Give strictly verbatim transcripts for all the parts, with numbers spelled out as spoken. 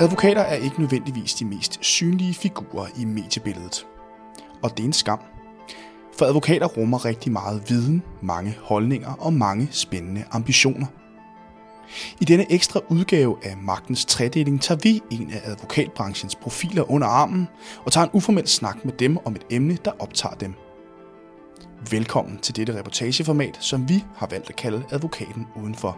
Advokater er ikke nødvendigvis de mest synlige figurer i mediebilledet. Og det er en skam. For advokater rummer rigtig meget viden, mange holdninger og mange spændende ambitioner. I denne ekstra udgave af Magtens Tredeling tager vi en af advokatbranchens profiler under armen og tager en uformel snak med dem om et emne, der optager dem. Velkommen til dette reportageformat, som vi har valgt at kalde Advokaten Udenfor.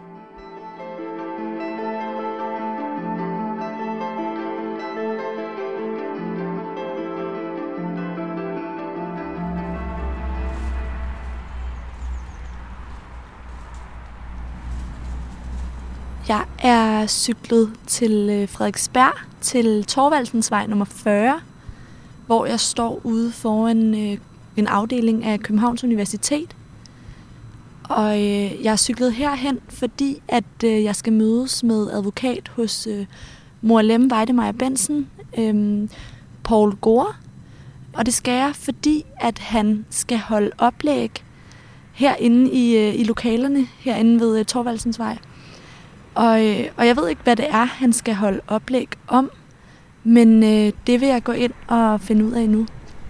Jeg er cyklet til Frederiksberg, til Thorvaldsensvej nummer fyrre, hvor jeg står ude foran øh, en afdeling af Københavns Universitet. Og øh, jeg er cyklet herhen, fordi at øh, jeg skal mødes med advokat hos øh, Morlem Weidemeyer Bentzen, øh, Paul Gore. Og det skal jeg, fordi at han skal holde oplæg herinde i, øh, i lokalerne, herinde ved øh, Thorvaldsensvej. Og, øh, og jeg ved ikke, hvad det er, han skal holde oplæg om, men øh, det vil jeg gå ind og finde ud af nu.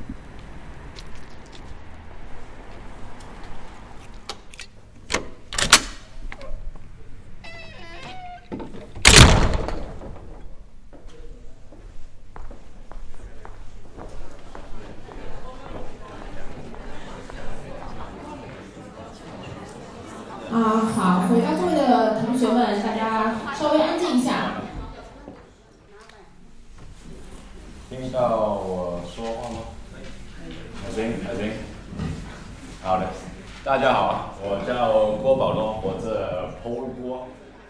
啊，好，回答座位的同学们，大家稍微安静一下。 听得到我说话吗？还行，还行。好的，大家好，我叫郭保东，我是 Paul 郭。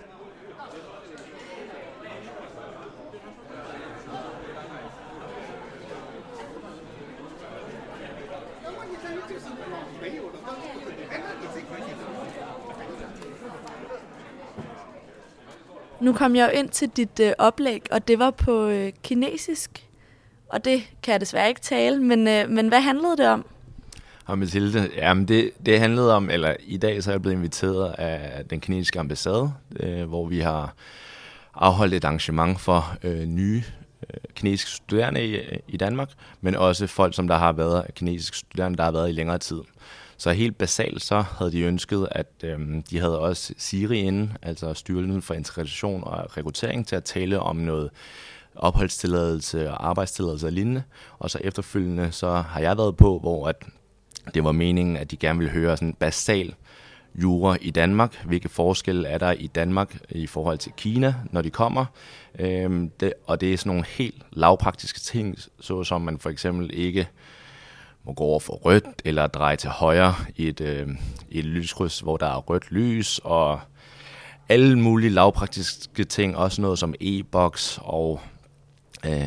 Nu kom jeg jo ind til dit øh, oplæg, og det var på øh, kinesisk, og det kan jeg desværre ikke tale, men, øh, men hvad handlede det om? Og Mathilde, jamen det, det handlede om, eller i dag så er jeg blevet inviteret af den kinesiske ambassade, øh, hvor vi har afholdt et arrangement for øh, nye øh, kinesiske studerende i, i Danmark, men også folk, som der har været kinesiske studerende, der har været i længere tid. Så helt basalt så havde de ønsket, at øhm, de havde også Siri inde, altså Styrelsen for Integration og Rekruttering, til at tale om noget opholdstilladelse og arbejdstilladelse og lignende. Og så efterfølgende så har jeg været på, hvor at det var meningen, at de gerne ville høre sådan basal jura i Danmark. Hvilke forskelle er der i Danmark i forhold til Kina, når de kommer? Øhm, det, og det er sådan nogle helt lavpraktiske ting, såsom man for eksempel ikke må gå over for rødt, eller dreje til højre i et, øh, i et lyskryds, hvor der er rødt lys, og alle mulige lavpraktiske ting, også noget som e-boks og øh,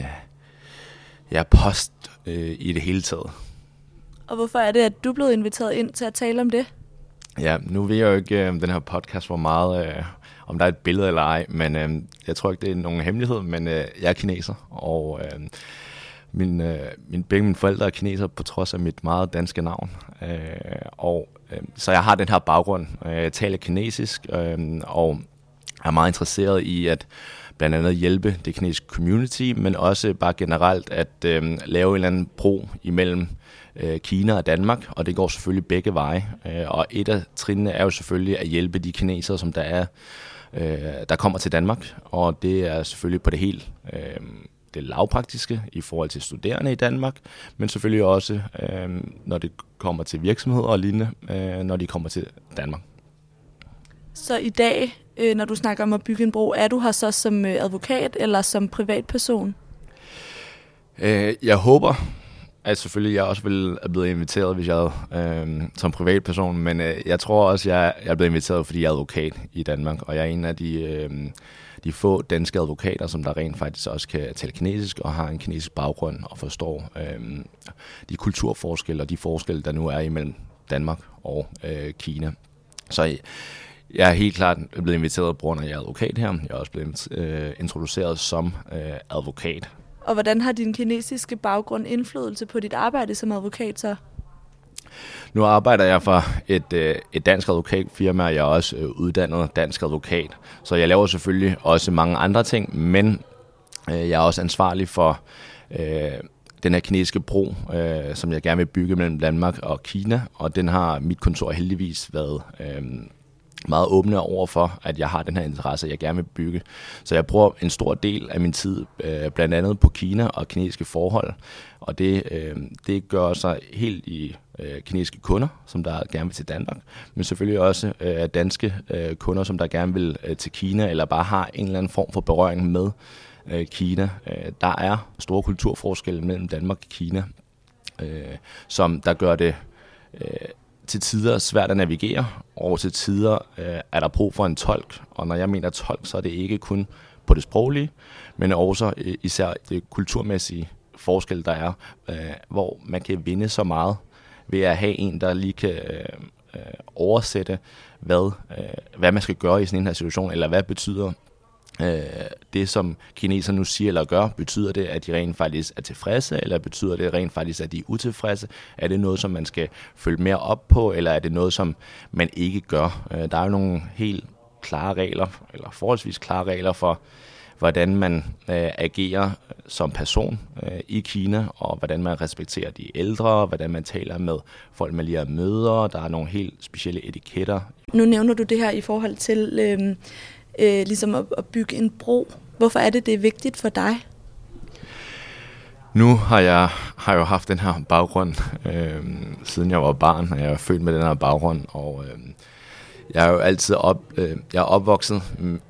ja, post øh, i det hele taget. Og hvorfor er det, at du er blevet inviteret ind til at tale om det? Ja, nu ved jeg jo ikke, om den her podcast var meget, øh, om der er et billede eller ej, men øh, jeg tror ikke, det er nogen hemmelighed, men øh, jeg er kineser, og øh, Min, øh, min, begge mine forældre er kineser på trods af mit meget danske navn. Øh, og, øh, så jeg har den her baggrund. Jeg taler kinesisk øh, og er meget interesseret i at blandt andet hjælpe det kinesiske community, men også bare generelt at øh, lave en eller anden bro imellem øh, Kina og Danmark, og det går selvfølgelig begge veje. Øh, og et af trinene er jo selvfølgelig at hjælpe de kinesere, som der er, øh, der kommer til Danmark, og det er selvfølgelig på det helt øh, det lavpraktiske i forhold til studerende i Danmark, men selvfølgelig også, øh, når det kommer til virksomheder og lignende, øh, når de kommer til Danmark. Så i dag, øh, når du snakker om at bygge en bro, er du her så som øh, advokat eller som privatperson? Øh, jeg håber, at selvfølgelig jeg også ville have blevet inviteret, hvis jeg havde, øh, som privatperson, men øh, jeg tror også, jeg, jeg er blevet inviteret, fordi jeg er advokat i Danmark, og jeg er en af de øh, de få danske advokater, som der rent faktisk også kan tale kinesisk og har en kinesisk baggrund og forstår øh, de kulturforskelle og de forskelle, der nu er imellem Danmark og øh, Kina. Så jeg er helt klart blevet inviteret på grund af, at jeg er advokat her. Jeg er også blevet øh, introduceret som øh, advokat. Og hvordan har din kinesiske baggrund indflydelse på dit arbejde som advokat så? Nu arbejder jeg for et, øh, et dansk advokatfirma, og jeg er også øh, uddannet dansk advokat. Så jeg laver selvfølgelig også mange andre ting, men Jeg er også ansvarlig for øh, den her kinesiske bro, øh, som jeg gerne vil bygge mellem Danmark og Kina, og den har mit kontor heldigvis været øh, meget åbne over for, at jeg har den her interesse, jeg gerne vil bygge. Så jeg bruger en stor del af min tid øh, blandt andet på Kina og kinesiske forhold, og det, øh, det gør sig helt i øh, kinesiske kunder, som der gerne vil til Danmark, men selvfølgelig også øh, danske øh, kunder, som der gerne vil øh, til Kina, eller bare har en eller anden form for berøring med øh, Kina. Øh, der er store kulturforskelle mellem Danmark og Kina, øh, som der gør det øh, til tider svært at navigere, og til tider øh, er der brug for en tolk. Og når jeg mener tolk, så er det ikke kun på det sproglige, men også øh, især det kulturmæssige forskel, der er, øh, hvor man kan vinde så meget ved at have en, der lige kan øh, øh, oversætte, hvad, øh, hvad man skal gøre i sådan en her situation, eller hvad betyder øh, det, som kineserne nu siger eller gør. Betyder det, at de rent faktisk er tilfredse, eller betyder det rent faktisk, at de er utilfredse? Er det noget, som man skal følge mere op på, eller er det noget, som man ikke gør? Øh, der er jo nogle helt klare regler, eller forholdsvis klare regler for, hvordan man øh, agerer som person øh, i Kina, og hvordan man respekterer de ældre, hvordan man taler med folk, man lige møder. Der er nogle helt specielle etiketter. Nu nævner du det her i forhold til øh, øh, ligesom at, at bygge en bro. Hvorfor er det, det er vigtigt for dig? Nu har jeg har jo haft den her baggrund, øh, siden jeg var barn, og jeg er født med den her baggrund, og øh, jeg er jo altid op, øh, jeg er opvokset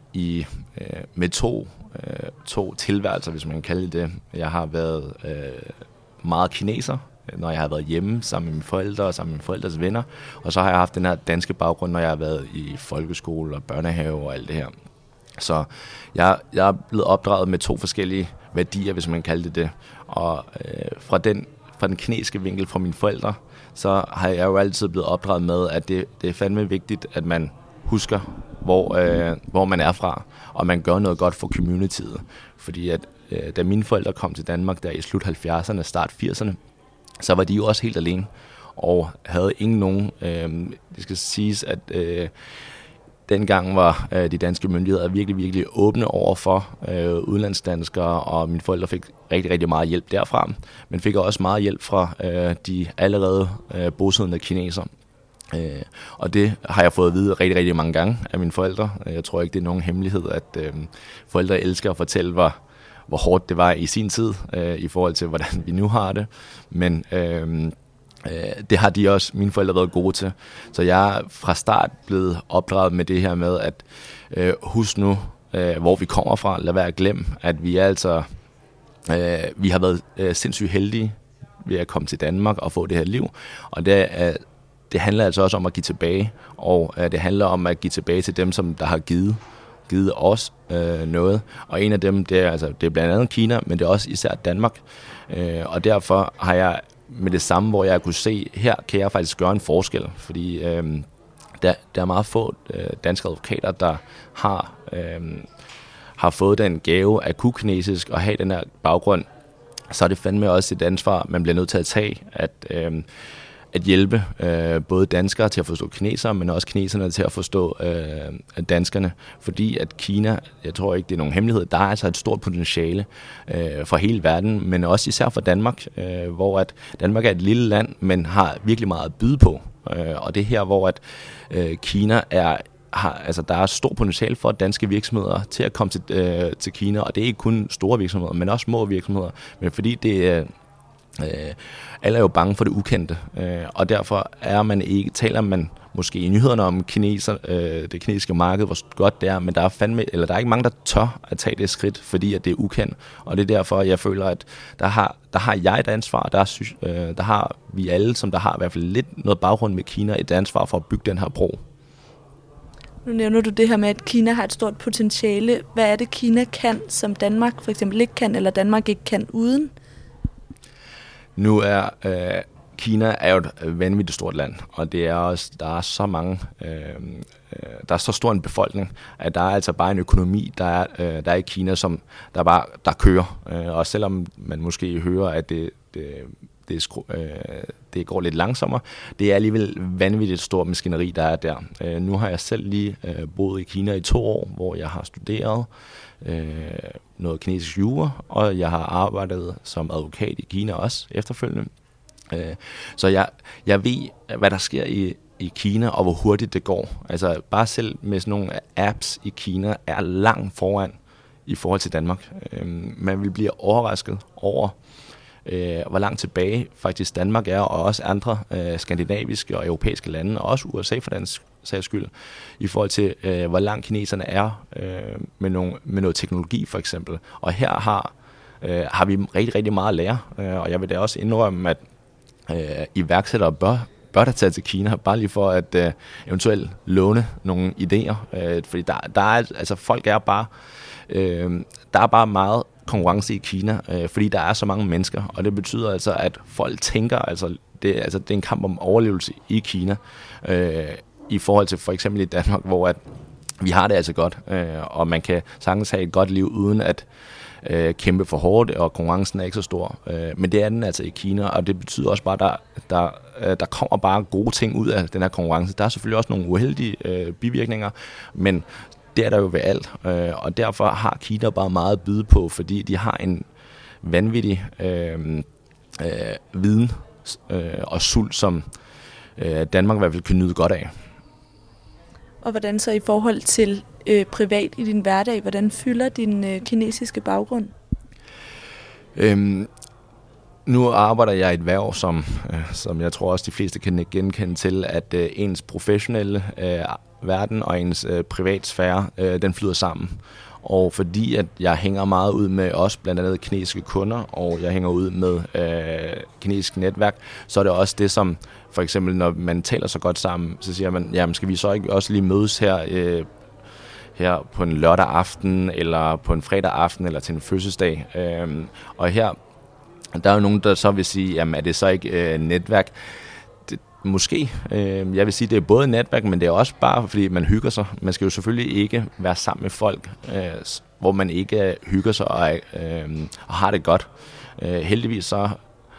i øh, med to øh, to tilværelser, hvis man kan kalde det. Jeg har været øh, meget kineser, når jeg har været hjemme sammen med mine forældre og sammen med mine forældres venner, og så har jeg haft den her danske baggrund, når jeg har været i folkeskole og børnehave og alt det her. Så jeg, jeg er blevet opdraget med to forskellige værdier, hvis man kan kalde det det. Og øh, fra den fra den kinesiske vinkel fra mine forældre, så har jeg jo altid blevet opdraget med, at det, det er fandme vigtigt, at man husker, hvor, øh, hvor man er fra, og man gør noget godt for communityet. Fordi at, øh, da mine forældre kom til Danmark der i slut halvfjerdserne, start firserne, så var de jo også helt alene, og havde ingen nogen. Øh, det skal siges, at øh, dengang var øh, de danske myndigheder virkelig, virkelig åbne over for øh, udenlandsdanskere, og mine forældre fik rigtig, rigtig meget hjælp derfra, men fik også meget hjælp fra øh, de allerede øh, bosiddende kinesere. Øh, og det har jeg fået at vide rigtig, rigtig mange gange af mine forældre. Jeg tror ikke, det er nogen hemmelighed, at øh, forældre elsker at fortælle, hvor, hvor hårdt det var i sin tid, øh, i forhold til, hvordan vi nu har det. Men øh, øh, det har de også, mine forældre, været gode til. Så jeg er fra start blevet opdraget med det her med, at øh, husk nu, øh, hvor vi kommer fra. Lad være at glemme, at vi er altså, øh, vi har været øh, sindssygt heldige ved at komme til Danmark og få det her liv. Og det er Det handler altså også om at give tilbage, og øh, det handler om at give tilbage til dem, som der har givet, givet os øh, noget. Og en af dem, det er, altså, det er blandt andet Kina, men det er også især Danmark. Øh, og derfor har jeg med det samme, hvor jeg kunne se, her kan jeg faktisk gøre en forskel. Fordi øh, der, der er meget få øh, danske advokater, der har, øh, har fået den gave at kunne kinesisk og have den her baggrund. Så er det fandme også et ansvar, man bliver nødt til at tage, at øh, at hjælpe øh, både danskere til at forstå kinesere, men også kineserne til at forstå øh, danskerne. Fordi at Kina, jeg tror ikke, det er nogen hemmelighed, der er altså et stort potentiale øh, for hele verden, men også især for Danmark, øh, hvor at Danmark er et lille land, men har virkelig meget at byde på. Øh, og det er her, hvor at øh, Kina er har, altså der er stor potentiale for danske virksomheder til at komme til, øh, til Kina, og det er ikke kun store virksomheder, men også små virksomheder. Men fordi det er Øh, alle er jo bange for det ukendte, øh, og derfor er man ikke, taler man måske i nyhederne om kineser, øh, det kinesiske marked, hvor godt det er, men der er fandme, eller der er ikke mange, der tør at tage det skridt, fordi at det er ukendt, og det er derfor, jeg føler, at der har, der har jeg et ansvar, der, øh, der har vi alle, som der har i hvert fald lidt noget baggrund med Kina, et ansvar for at bygge den her bro. Nu nævner du det her med, at Kina har et stort potentiale. Hvad er det, Kina kan, som Danmark for eksempel ikke kan, eller Danmark ikke kan uden? Nu er øh, Kina er jo et vanvittigt stort land, og det er også, der er så mange, øh, der er så stor en befolkning, at der er altså bare en økonomi, der er, øh, der er i Kina, som der bare der kører. Øh, og selvom man måske hører, at det, det det, er skru, øh, det går lidt langsommere. Det er alligevel vanvittigt stort maskineri, der er der. Øh, nu har jeg selv lige øh, boet i Kina i to år, hvor jeg har studeret øh, noget kinesisk jura, og jeg har arbejdet som advokat i Kina også efterfølgende. Øh, så jeg, jeg ved, hvad der sker i, i Kina, og hvor hurtigt det går. Altså bare selv med sådan nogle apps i Kina er langt foran i forhold til Danmark. Øh, man vil blive overrasket over, øh, hvor langt tilbage faktisk Danmark er, og også andre øh, skandinaviske og europæiske lande, og også U S A for den sags skyld, i forhold til, øh, hvor langt kineserne er øh, med, nogle, med noget teknologi for eksempel. Og her har, øh, har vi rigtig, rigtig meget at lære, øh, og jeg vil da også indrømme, at øh, iværksættere bør bør der tage til Kina, bare lige for at øh, eventuelt låne nogle idéer. Øh, fordi der, der er, altså folk er bare, øh, der er bare meget konkurrence i Kina, øh, fordi der er så mange mennesker, og det betyder altså, at folk tænker, altså det, altså det er en kamp om overlevelse i Kina, øh, i forhold til for eksempel i Danmark, hvor at vi har det altså godt, øh, og man kan sagtens have et godt liv uden at øh, kæmpe for hårdt, og konkurrencen er ikke så stor. Øh, men det er den altså i Kina, og det betyder også bare, at der, der, øh, der kommer bare gode ting ud af den her konkurrence. Der er selvfølgelig også nogle uheldige øh, bivirkninger, men det er der jo ved alt, øh, og derfor har Kina bare meget at byde på, fordi de har en vanvittig øh, øh, viden øh, og sult, som øh, Danmark i hvert fald kan nyde godt af. Og hvordan så i forhold til øh, privat i din hverdag, hvordan fylder din øh, kinesiske baggrund? Øhm, nu arbejder jeg i et erhverv, som, øh, som jeg tror også de fleste kan genkende til, at øh, ens professionelle øh, verden og ens øh, privatsfære, øh, den flyder sammen. Og fordi at jeg hænger meget ud med også blandt andet kinesiske kunder, og jeg hænger ud med øh, kinesisk netværk, så er det også det, som for eksempel, når man taler så godt sammen, så siger man, jamen skal vi så ikke også lige mødes her, øh, her på en lørdag aften, eller på en fredag aften, eller til en fødselsdag. Øh, og her, der er jo nogen, der så vil sige, jamen er det så ikke øh, netværk? Det, måske. Øh, jeg vil sige, det er både netværk, men det er også bare, fordi man hygger sig. Man skal jo selvfølgelig ikke være sammen med folk, øh, hvor man ikke hygger sig og, øh, og har det godt. Øh, heldigvis så,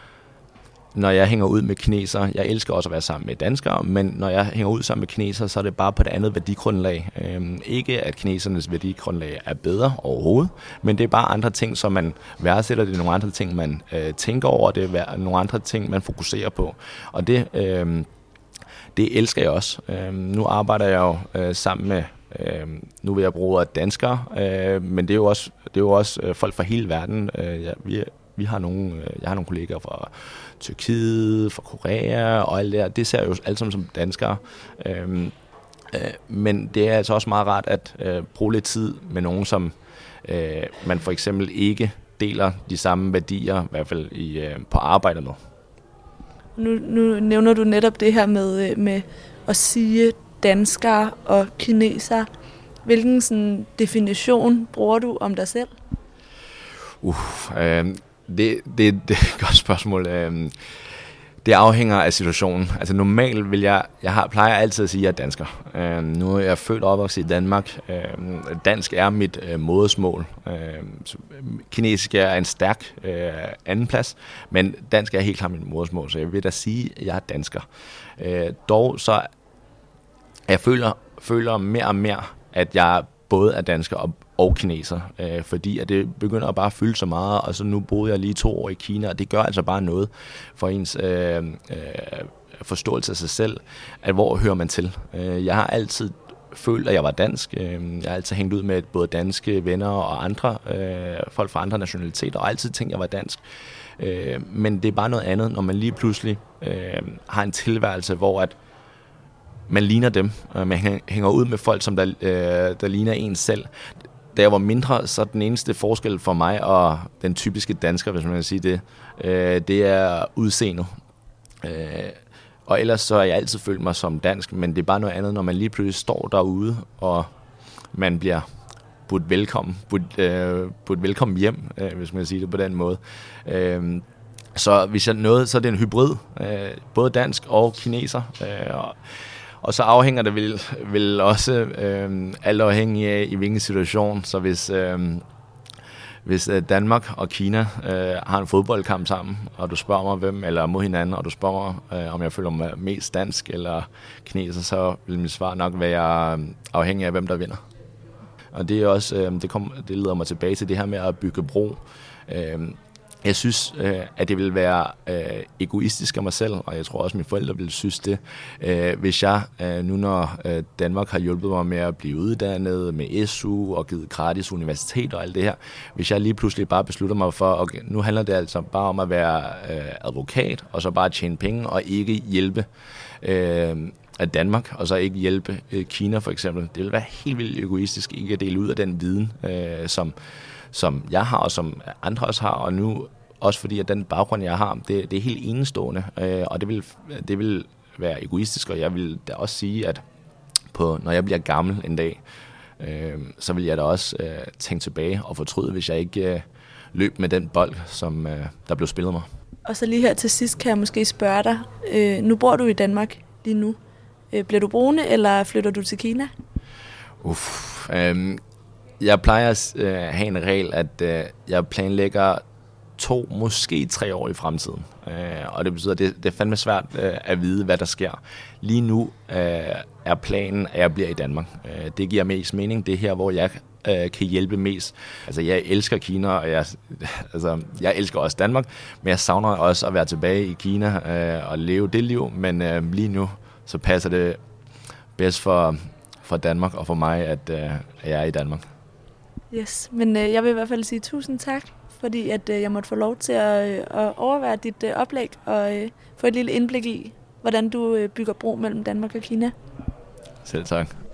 når jeg hænger ud med kinesere, jeg elsker også at være sammen med danskere, men når jeg hænger ud sammen med kinesere, så er det bare på det andet værdigrundlag. Øhm, ikke at kinesernes værdigrundlag er bedre overhovedet, men det er bare andre ting, som man værdsætter, det er nogle andre ting, man øh, tænker over, det er nogle andre ting, man fokuserer på. Og det, øh, det elsker jeg også. Øh, nu arbejder jeg jo øh, sammen med, øh, nu vil jeg bruge danskere, øh, men det er jo også, det er jo også øh, folk fra hele verden. Øh, ja, vi Vi har nogle, jeg har nogle kollegaer fra Tyrkiet, fra Korea og alt det der. Det ser jo alle sammen som danskere. Øhm, øh, men det er altså også meget rart at øh, bruge lidt tid med nogen, som øh, man for eksempel ikke deler de samme værdier, i hvert fald i, øh, på arbejdet med. Nu, nu nævner du netop det her med, med at sige danskere og kinesere. Hvilken sådan, definition bruger du om dig selv? Uh, øh, Det, det, det er et godt spørgsmål. Det afhænger af situationen. Altså normalt vil jeg, jeg har, plejer altid at sige, at jeg er dansker. Nu er jeg født og opvokset i Danmark. Dansk er mit modersmål. Kinesisk er en stærk andenplads, men dansk er helt klart mit modersmål, så jeg vil da sige, at jeg er dansker. Dog så jeg føler, føler mere og mere, at jeg både er dansker og og kineser, øh, fordi at det begynder at bare fylde så meget, og så nu boede jeg lige to år i Kina, og det gør altså bare noget for ens øh, øh, forståelse af sig selv, at hvor hører man til. Øh, jeg har altid følt, at jeg var dansk. Øh, jeg har altid hængt ud med både danske venner og andre, øh, folk fra andre nationaliteter, og altid tænkt, at jeg var dansk. Øh, men det er bare noget andet, når man lige pludselig øh, har en tilværelse, hvor at man ligner dem. Man hænger ud med folk, som der, øh, der ligner en selv. Da jeg var mindre, så den eneste forskel for mig og den typiske dansker, hvis man kan sige det, øh, det er udseendet. Øh, og ellers så har jeg altid følt mig som dansk, men det er bare noget andet, når man lige pludselig står derude, og man bliver budt velkommen, budt, øh, budt velkommen hjem, øh, hvis man kan sige det på den måde. Øh, så hvis jeg noget, så er det en hybrid, øh, både dansk og kineser. Øh, og Og så afhænger det vel, vel også øh, alt afhængig af, i hvilken situation. Så hvis, øh, hvis Danmark og Kina øh, har en fodboldkamp sammen, og du spørger mig hvem, eller mod hinanden, og du spørger mig, øh, om jeg føler mig mest dansk eller kineser, så vil mit svar nok være afhængig af, hvem der vinder. Og det er også, øh, det, kom, det leder mig tilbage til det her med at bygge bro. Øh, Jeg synes, at det ville være egoistisk af mig selv, og jeg tror også, at mine forældre ville synes det, hvis jeg nu, når Danmark har hjulpet mig med at blive uddannet med S U og givet gratis universitet og alt det her, hvis jeg lige pludselig bare beslutter mig for, at okay, nu handler det altså bare om at være advokat, og så bare tjene penge og ikke hjælpe af Danmark, og så ikke hjælpe Kina for eksempel. Det ville være helt vildt egoistisk ikke at dele ud af den viden, som som jeg har, og som andre også har, og nu også fordi, at den baggrund, jeg har, det, det er helt enestående, øh, og det vil, det vil være egoistisk, og jeg vil da også sige, at på, når jeg bliver gammel en dag, øh, så vil jeg da også øh, tænke tilbage og fortryde, hvis jeg ikke øh, løb med den bold, som øh, der blev spillet mig. Og så lige her til sidst kan jeg måske spørge dig, øh, nu bor du i Danmark lige nu. Øh, bliver du boende, eller flytter du til Kina? Uff, øh, Jeg plejer at øh, have en regel, at øh, jeg planlægger to, måske tre år i fremtiden. Øh, og det betyder, at det, det er fandme svært øh, at vide, hvad der sker. Lige nu øh, er planen, at jeg bliver i Danmark. Øh, det giver mest mening. Det er her, hvor jeg øh, kan hjælpe mest. Altså, jeg elsker Kina, og jeg, altså, jeg elsker også Danmark, men jeg savner også at være tilbage i Kina øh, og leve det liv. Men øh, lige nu, så passer det bedst for, for Danmark og for mig, at, øh, at jeg er i Danmark. Yes, men øh, jeg vil i hvert fald sige tusind tak, fordi at, øh, jeg måtte få lov til at, øh, at overvære dit øh, oplæg og øh, få et lille indblik i, hvordan du øh, bygger bro mellem Danmark og Kina. Selv tak.